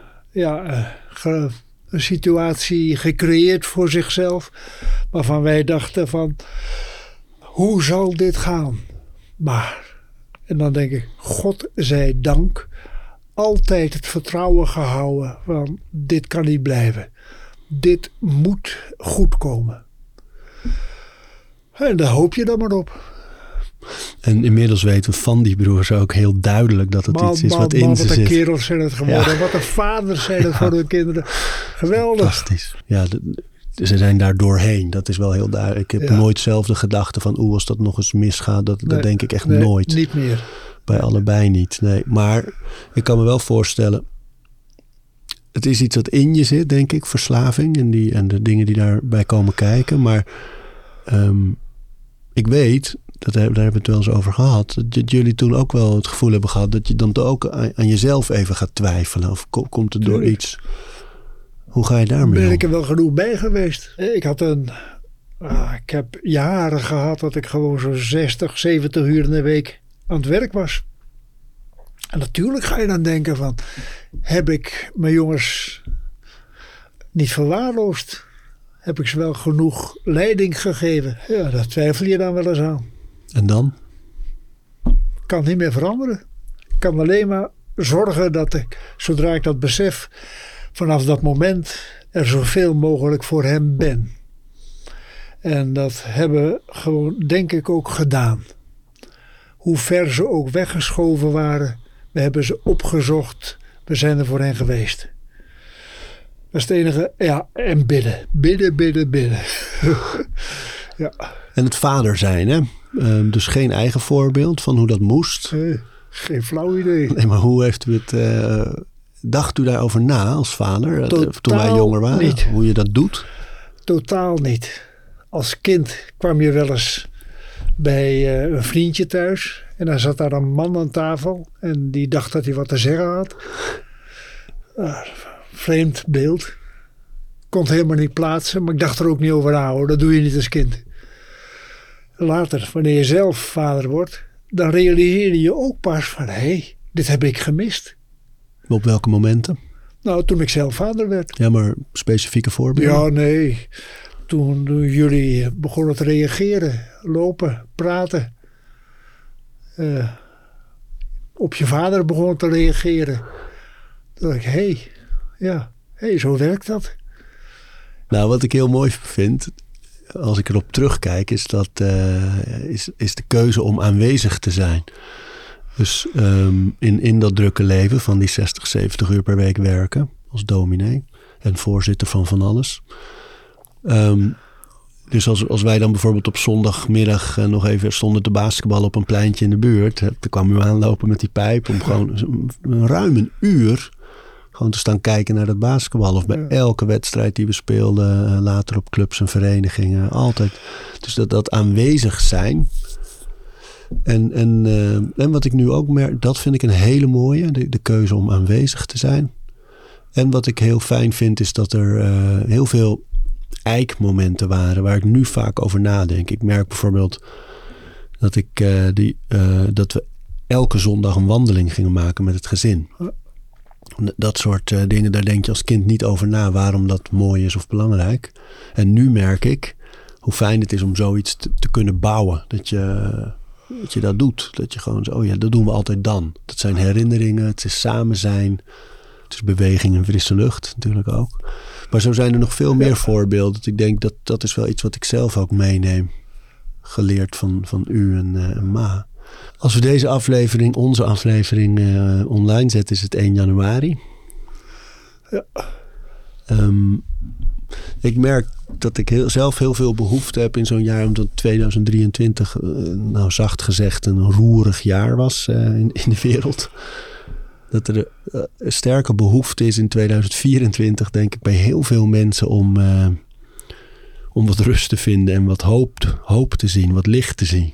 een situatie gecreëerd voor zichzelf, waarvan wij dachten van, hoe zal dit gaan? Maar, en dan denk ik, God zij dank, altijd het vertrouwen gehouden van, dit kan niet blijven. Dit moet goed komen. En daar hoop je dan maar op. En inmiddels weten we van die broers ook heel duidelijk dat het iets is wat in ze Wat zit. een kerels zijn het geworden. Ja. Wat een vaders zijn het voor hun kinderen. Geweldig. Fantastisch. Ja, ze zijn daar doorheen. Dat is wel heel duidelijk. Ik heb nooit zelf de gedachte van... als dat nog eens misgaat, dat denk ik echt nooit. Niet meer. Bij allebei niet. Nee. Maar ik kan me wel voorstellen... Het is iets wat in je zit, denk ik. Verslaving en de dingen die daarbij komen kijken. Maar ik weet... Daar hebben we het wel eens over gehad. Dat jullie toen ook wel het gevoel hebben gehad... dat je dan ook aan jezelf even gaat twijfelen. Of komt het door iets... Hoe ga je daarmee om? Ben ik er wel genoeg bij geweest. Ik heb jaren gehad dat ik gewoon zo'n 60, 70 uur in de week aan het werk was. En natuurlijk ga je dan denken van... heb ik mijn jongens niet verwaarloosd? Heb ik ze wel genoeg leiding gegeven? Ja, daar twijfel je dan wel eens aan. En dan? Kan niet meer veranderen. Ik kan alleen maar zorgen dat ik, zodra ik dat besef... vanaf dat moment er zoveel mogelijk voor hem ben. En dat hebben we gewoon, denk ik, ook gedaan. Hoe ver ze ook weggeschoven waren, we hebben ze opgezocht. We zijn er voor hen geweest. Dat is het enige. Ja, en bidden. Bidden. Ja. En het vader zijn, hè? Dus geen eigen voorbeeld van hoe dat moest. Geen flauw idee. Nee, maar hoe heeft u het... dacht u daarover na als vader? Toen wij jonger waren? Niet. Hoe je dat doet? Totaal niet. Als kind kwam je wel eens bij een vriendje thuis. En dan zat daar een man aan tafel. En die dacht dat hij wat te zeggen had. Vreemd beeld. Kon het helemaal niet plaatsen. Maar ik dacht er ook niet over na hoor. Dat doe je niet als kind. Later, wanneer je zelf vader wordt. Dan realiseer je ook pas van... hé, dit heb ik gemist. Op welke momenten? Nou, toen ik zelf vader werd. Ja, maar specifieke voorbeelden? Ja, nee. Toen jullie begonnen te reageren, lopen, praten. Op je vader begonnen te reageren. Toen dacht ik, hé, zo werkt dat. Nou, wat ik heel mooi vind, als ik erop terugkijk, is dat is de keuze om aanwezig te zijn. Dus in dat drukke leven van die 60, 70 uur per week werken als dominee en voorzitter van alles. Dus als wij dan bijvoorbeeld op zondagmiddag nog even stonden te basketballen op een pleintje in de buurt. Dan kwam u aanlopen met die pijp om gewoon ruim een uur gewoon te staan kijken naar dat basketbal. Of bij elke wedstrijd die we speelden, later op clubs en verenigingen. Altijd. Dus dat aanwezig zijn. En wat ik nu ook merk, dat vind ik een hele mooie. De keuze om aanwezig te zijn. En wat ik heel fijn vind is dat er heel veel eikmomenten waren waar ik nu vaak over nadenk. Ik merk bijvoorbeeld dat we elke zondag een wandeling gingen maken met het gezin. Dat soort dingen, daar denk je als kind niet over na waarom dat mooi is of belangrijk. En nu merk ik hoe fijn het is om zoiets te kunnen bouwen. Dat je dat doet. Dat je gewoon zo, dat doen we altijd dan. Dat zijn herinneringen, het is samen zijn. Het is beweging en frisse lucht natuurlijk ook. Maar zo zijn er nog veel meer voorbeelden. Ik denk dat is wel iets wat ik zelf ook meeneem. Geleerd van u en Ma. Als we deze aflevering, onze aflevering online zetten, is het 1 januari. Ja. Ik merk dat ik zelf heel veel behoefte heb in zo'n jaar, omdat 2023, nou zacht gezegd, een roerig jaar was in de wereld. Dat er een sterke behoefte is in 2024, denk ik, bij heel veel mensen om wat rust te vinden en wat hoop te zien, wat licht te zien.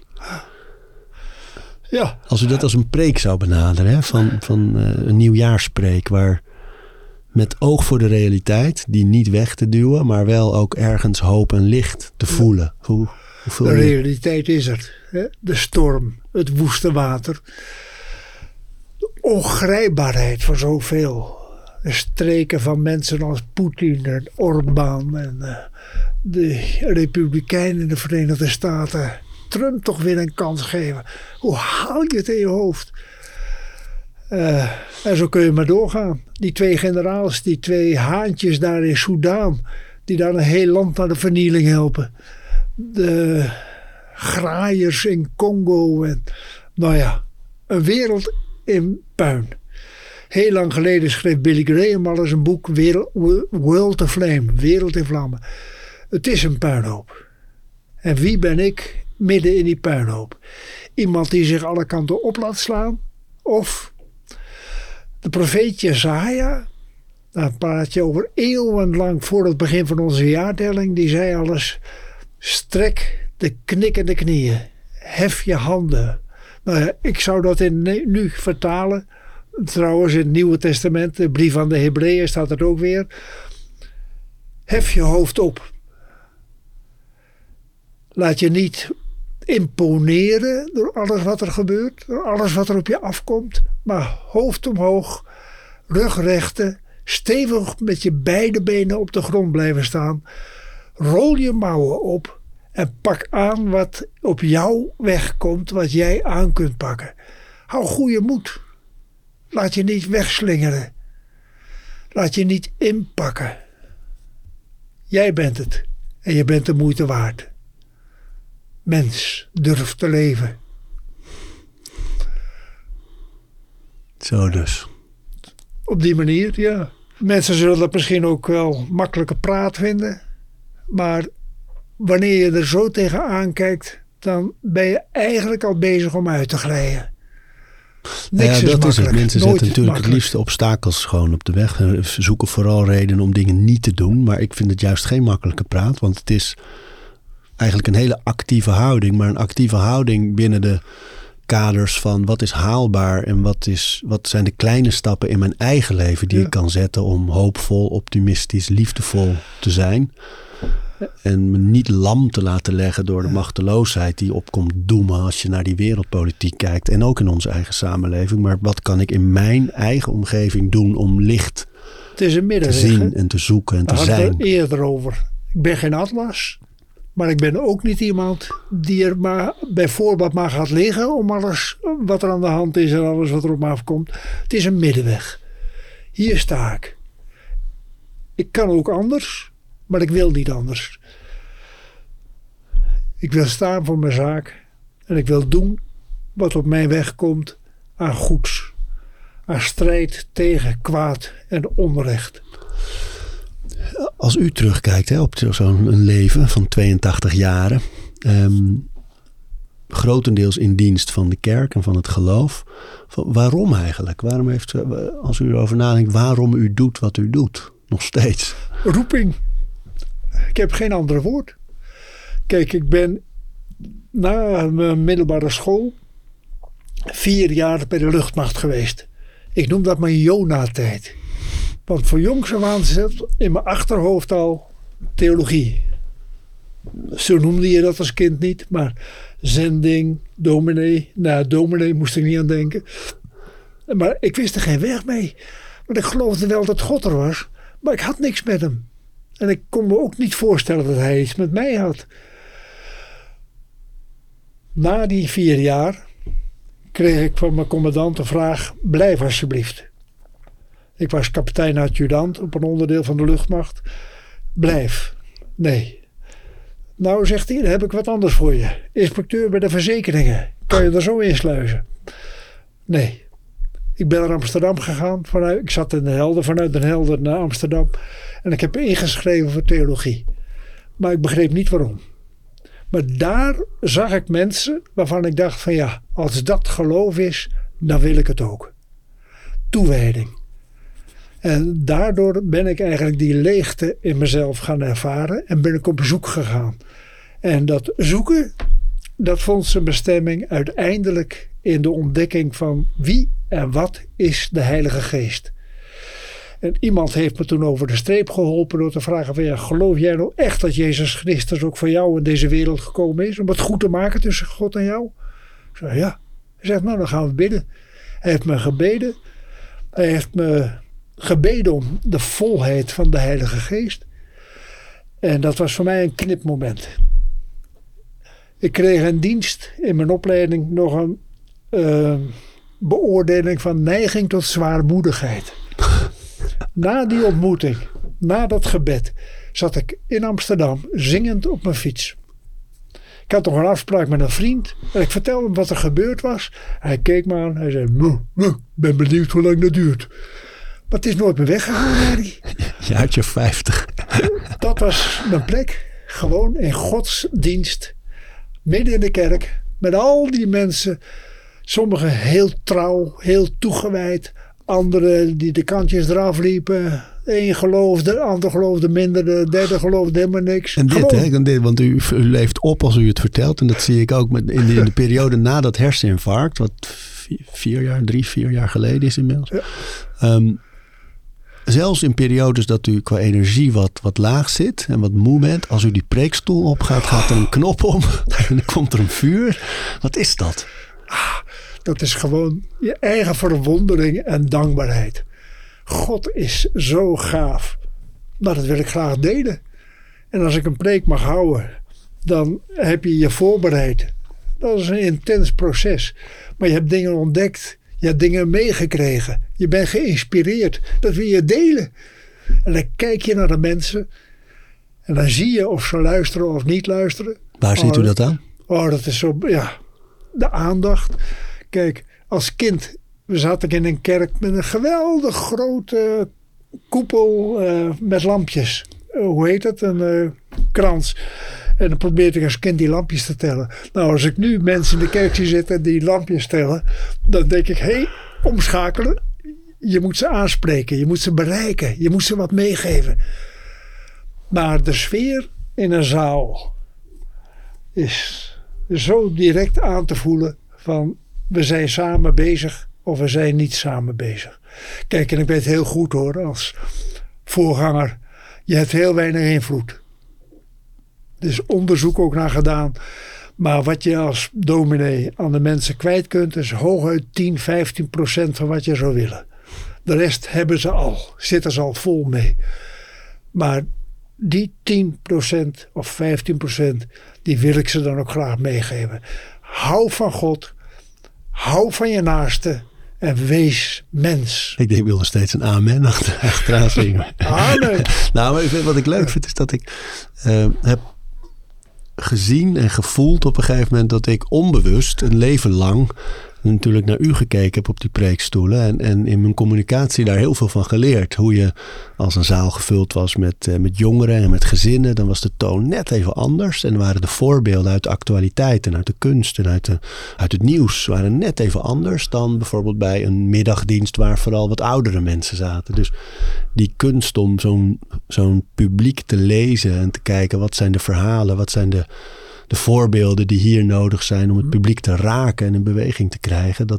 Ja. Als u dat als een preek zou benaderen, hè, van een nieuwjaarspreek, waar met oog voor de realiteit, die niet weg te duwen, maar wel ook ergens hoop en licht te voelen. Hoe voel De je? realiteit is er. Hè? De storm, het woeste water. De ongrijpbaarheid van zoveel. De streken van mensen als Poetin en Orbán en de Republikeinen in de Verenigde Staten. Trump toch weer een kans geven. Hoe haal je het in je hoofd? En zo kun je maar doorgaan. Die 2 generaals, die 2 haantjes daar in Soudaan, die daar een heel land naar de vernieling helpen. De graaiers in Congo. En, nou ja, een wereld in puin. Heel lang geleden schreef Billy Graham al eens een boek, World of Flame, Wereld in Vlammen. Het is een puinhoop. En wie ben ik midden in die puinhoop? Iemand die zich alle kanten op laat slaan? Of de profeet Jesaja, daar praat je over eeuwenlang voor het begin van onze jaartelling, die zei alles: strek de knikkende knieën, hef je handen. Nou ja, ik zou dat nu vertalen. Trouwens, in het Nieuwe Testament, de brief aan de Hebreeën, staat het ook weer. Hef je hoofd op. Laat je niet imponeren door alles wat er gebeurt, door alles wat er op je afkomt, maar hoofd omhoog, rug rechten, stevig met je beide benen op de grond blijven staan. Rol je mouwen op en pak aan wat op jou wegkomt, wat jij aan kunt pakken. Hou goede moed. Laat je niet wegslingeren. Laat je niet inpakken. Jij bent het en je bent de moeite waard. Mens, durf te leven. Zo dus. Op die manier, ja. Mensen zullen dat misschien ook wel makkelijke praat vinden. Maar wanneer je er zo tegenaan kijkt, dan ben je eigenlijk al bezig om uit te glijden. Niks dat is het. Mensen zetten natuurlijk makkelijk. het liefste obstakels gewoon op de weg. Ze zoeken vooral redenen om dingen niet te doen. Maar ik vind het juist geen makkelijke praat. Want het is eigenlijk een hele actieve houding. Maar een actieve houding binnen de kaders van wat is haalbaar. En wat zijn de kleine stappen in mijn eigen leven die ik kan zetten om hoopvol, optimistisch, liefdevol te zijn. En me niet lam te laten leggen door de machteloosheid die opkomt doemen als je naar die wereldpolitiek kijkt. En ook in onze eigen samenleving. Maar wat kan ik in mijn eigen omgeving doen om licht Het is een te middenweg, zien en te zoeken en te Daar hadden zijn? we het eerder over. Ik ben geen atlas. Maar ik ben ook niet iemand die er maar bijvoorbeeld maar gaat liggen om alles wat er aan de hand is en alles wat er op me afkomt. Het is een middenweg. Hier sta ik. Ik kan ook anders, maar ik wil niet anders. Ik wil staan voor mijn zaak en ik wil doen wat op mijn weg komt aan goeds. Aan strijd tegen kwaad en onrecht. Als u terugkijkt op zo'n leven van 82 jaren. Grotendeels in dienst van de kerk en van het geloof. Waarom eigenlijk? Waarom heeft, als u erover nadenkt, waarom u doet wat u doet? Nog steeds. Roeping. Ik heb geen ander woord. Kijk, ik ben na mijn middelbare school 4 jaar bij de luchtmacht geweest. Ik noem dat mijn Jona-tijd. Want voor jongs af aan zit in mijn achterhoofd al theologie. Zo noemde je dat als kind niet. Maar zending, dominee. Nou, dominee moest ik niet aan denken. Maar ik wist er geen weg mee. Want ik geloofde wel dat God er was. Maar ik had niks met hem. En ik kon me ook niet voorstellen dat hij iets met mij had. Na die 4 jaar kreeg ik van mijn commandant de vraag: blijf alsjeblieft. Ik was kapitein-adjudant op een onderdeel van de luchtmacht. Blijf. Nee. Nou, zegt hij, dan heb ik wat anders voor je. Inspecteur bij de verzekeringen. Kan je er zo insluizen? Nee. Ik ben naar Amsterdam gegaan. Ik zat in Den Helder, vanuit Den Helder naar Amsterdam. En ik heb ingeschreven voor theologie. Maar ik begreep niet waarom. Maar daar zag ik mensen waarvan ik dacht van ja, als dat geloof is, dan wil ik het ook. Toewijding. En daardoor ben ik eigenlijk die leegte in mezelf gaan ervaren en ben ik op zoek gegaan. En dat zoeken, dat vond zijn bestemming uiteindelijk in de ontdekking van wie en wat is de Heilige Geest. En iemand heeft me toen over de streep geholpen door te vragen van ja, geloof jij nou echt dat Jezus Christus ook voor jou in deze wereld gekomen is om het goed te maken tussen God en jou? Ik zei ja. Hij zegt nou, dan gaan we bidden. Hij heeft me gebeden. Hij heeft me gebeden om de volheid van de Heilige Geest. En dat was voor mij een knipmoment. Ik kreeg in dienst in mijn opleiding nog een beoordeling van neiging tot zwaarmoedigheid. Na die ontmoeting, na dat gebed, zat ik in Amsterdam zingend op mijn fiets. Ik had nog een afspraak met een vriend. En ik vertelde hem wat er gebeurd was. Hij keek me aan. Hij zei, ben benieuwd hoe lang dat duurt. Maar het is nooit meer weggegaan, Harry. Jaartje 50. Dat was mijn plek. Gewoon in godsdienst. Midden in de kerk. Met al die mensen. Sommigen heel trouw, heel toegewijd. Anderen die de kantjes eraf liepen. Eén geloofde, de ander geloofde minder. De derde geloofde helemaal niks. En dit, want u leeft op als u het vertelt. En dat zie ik ook in de periode na dat herseninfarct. Wat 4 jaar geleden is inmiddels. Ja. Zelfs in periodes dat u qua energie wat laag zit en wat moe bent. Als u die preekstoel opgaat, gaat er een knop om. En dan komt er een vuur. Wat is dat? Dat is gewoon je eigen verwondering en dankbaarheid. God is zo gaaf. Maar dat wil ik graag delen. En als ik een preek mag houden, dan heb je je voorbereid. Dat is een intens proces. Maar je hebt dingen ontdekt. Je hebt dingen meegekregen. Je bent geïnspireerd. Dat wil je delen. En dan kijk je naar de mensen. En dan zie je of ze luisteren of niet luisteren. Waar ziet u dat aan? Dat is zo, de aandacht. Kijk, als kind, we zaten in een kerk met een geweldig grote koepel met lampjes. Hoe heet het? Een krans. En dan probeerde ik als kind die lampjes te tellen. Nou, als ik nu mensen in de kerk zie zitten die lampjes tellen, dan denk ik, omschakelen. Je moet ze aanspreken, je moet ze bereiken, je moet ze wat meegeven. Maar de sfeer in een zaal is zo direct aan te voelen van we zijn samen bezig of we zijn niet samen bezig. Kijk, en ik weet heel goed hoor, als voorganger, je hebt heel weinig invloed. Er is onderzoek ook naar gedaan. Maar wat je als dominee aan de mensen kwijt kunt, is hooguit 10-15% van wat je zou willen. De rest hebben ze al, zitten ze al vol mee. Maar die 10% of 15%, die wil ik ze dan ook graag meegeven. Hou van God, hou van je naaste en wees mens. Ik denk, ik wil nog steeds een amen achteraan zingen. Amen. Nou, maar wat ik leuk vind is dat ik heb gezien en gevoeld op een gegeven moment dat ik onbewust een leven lang natuurlijk naar u gekeken heb op die preekstoelen en in mijn communicatie daar heel veel van geleerd. Hoe je als een zaal gevuld was met jongeren en met gezinnen, dan was de toon net even anders en waren de voorbeelden uit de actualiteit en uit de kunst en uit het nieuws waren net even anders dan bijvoorbeeld bij een middagdienst waar vooral wat oudere mensen zaten. Dus die kunst om zo'n publiek te lezen en te kijken wat zijn de verhalen, wat zijn de voorbeelden die hier nodig zijn om het publiek te raken en in beweging te krijgen.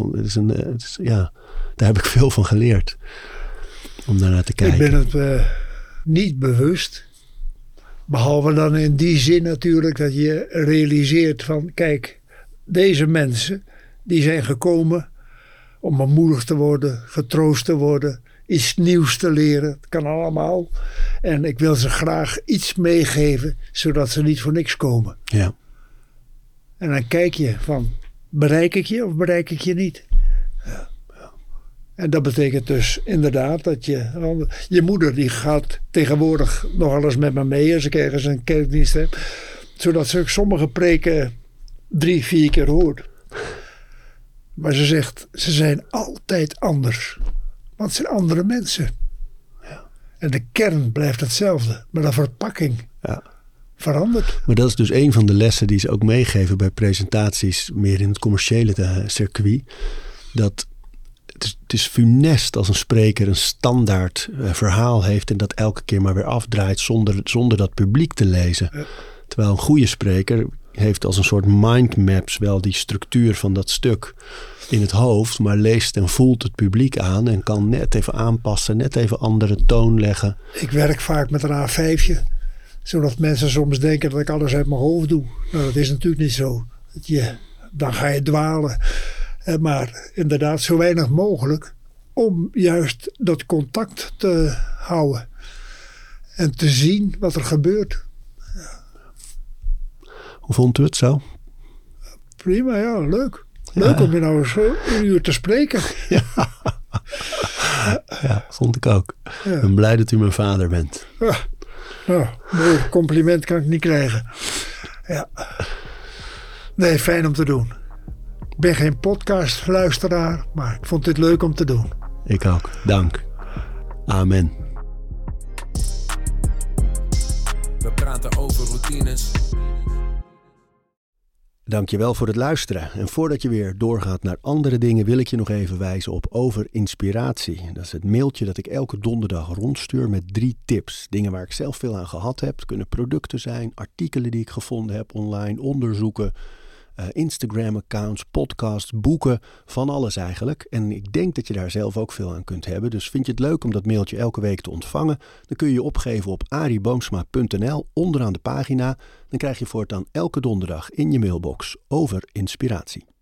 Daar heb ik veel van geleerd. Om daarnaar te kijken. Ik ben het niet bewust. Behalve dan in die zin natuurlijk dat je realiseert van kijk, deze mensen die zijn gekomen om bemoedigd te worden, getroost te worden, iets nieuws te leren. Het kan allemaal. En ik wil ze graag iets meegeven, zodat ze niet voor niks komen. Ja. En dan kijk je van, bereik ik je of bereik ik je niet? Ja. En dat betekent dus inderdaad dat je moeder die gaat tegenwoordig nog alles met me mee als ik ergens een kerkdienst heb. Zodat ze sommige preken 3-4 keer hoort. Maar ze zegt, ze zijn altijd anders. Want het zijn andere mensen. Ja. En de kern blijft hetzelfde. Maar de verpakking verandert. Maar dat is dus een van de lessen die ze ook meegeven bij presentaties. Meer in het commerciële circuit. Dat het is funest als een spreker een standaard verhaal heeft. En dat elke keer maar weer afdraait zonder dat publiek te lezen. Ja. Terwijl een goede spreker heeft als een soort mindmaps wel die structuur van dat stuk in het hoofd, maar leest en voelt het publiek aan en kan net even aanpassen, net even andere toon leggen. Ik werk vaak met een A5'tje, zodat mensen soms denken dat ik alles uit mijn hoofd doe. Nou, dat is natuurlijk niet zo. Dan ga je dwalen. Maar inderdaad zo weinig mogelijk om juist dat contact te houden en te zien wat er gebeurt. Hoe vond u het zo? Prima, ja, leuk. Leuk om je nou eens een uur te spreken. Ja, vond ik ook. Ik ben blij dat u mijn vader bent. Ja, nou, mooi compliment kan ik niet krijgen. Ja. Nee, fijn om te doen. Ik ben geen podcastluisteraar, maar ik vond dit leuk om te doen. Ik ook. Dank. Amen. We praten over routines. Dankjewel voor het luisteren. En voordat je weer doorgaat naar andere dingen, wil ik je nog even wijzen op Over Inspiratie. Dat is het mailtje dat ik elke donderdag rondstuur met 3 tips. Dingen waar ik zelf veel aan gehad heb. Het kunnen producten zijn, artikelen die ik gevonden heb online, onderzoeken, Instagram-accounts, podcasts, boeken, van alles eigenlijk. En ik denk dat je daar zelf ook veel aan kunt hebben. Dus vind je het leuk om dat mailtje elke week te ontvangen? Dan kun je je opgeven op ariboomsma.nl onderaan de pagina. Dan krijg je voortaan elke donderdag in je mailbox Over Inspiratie.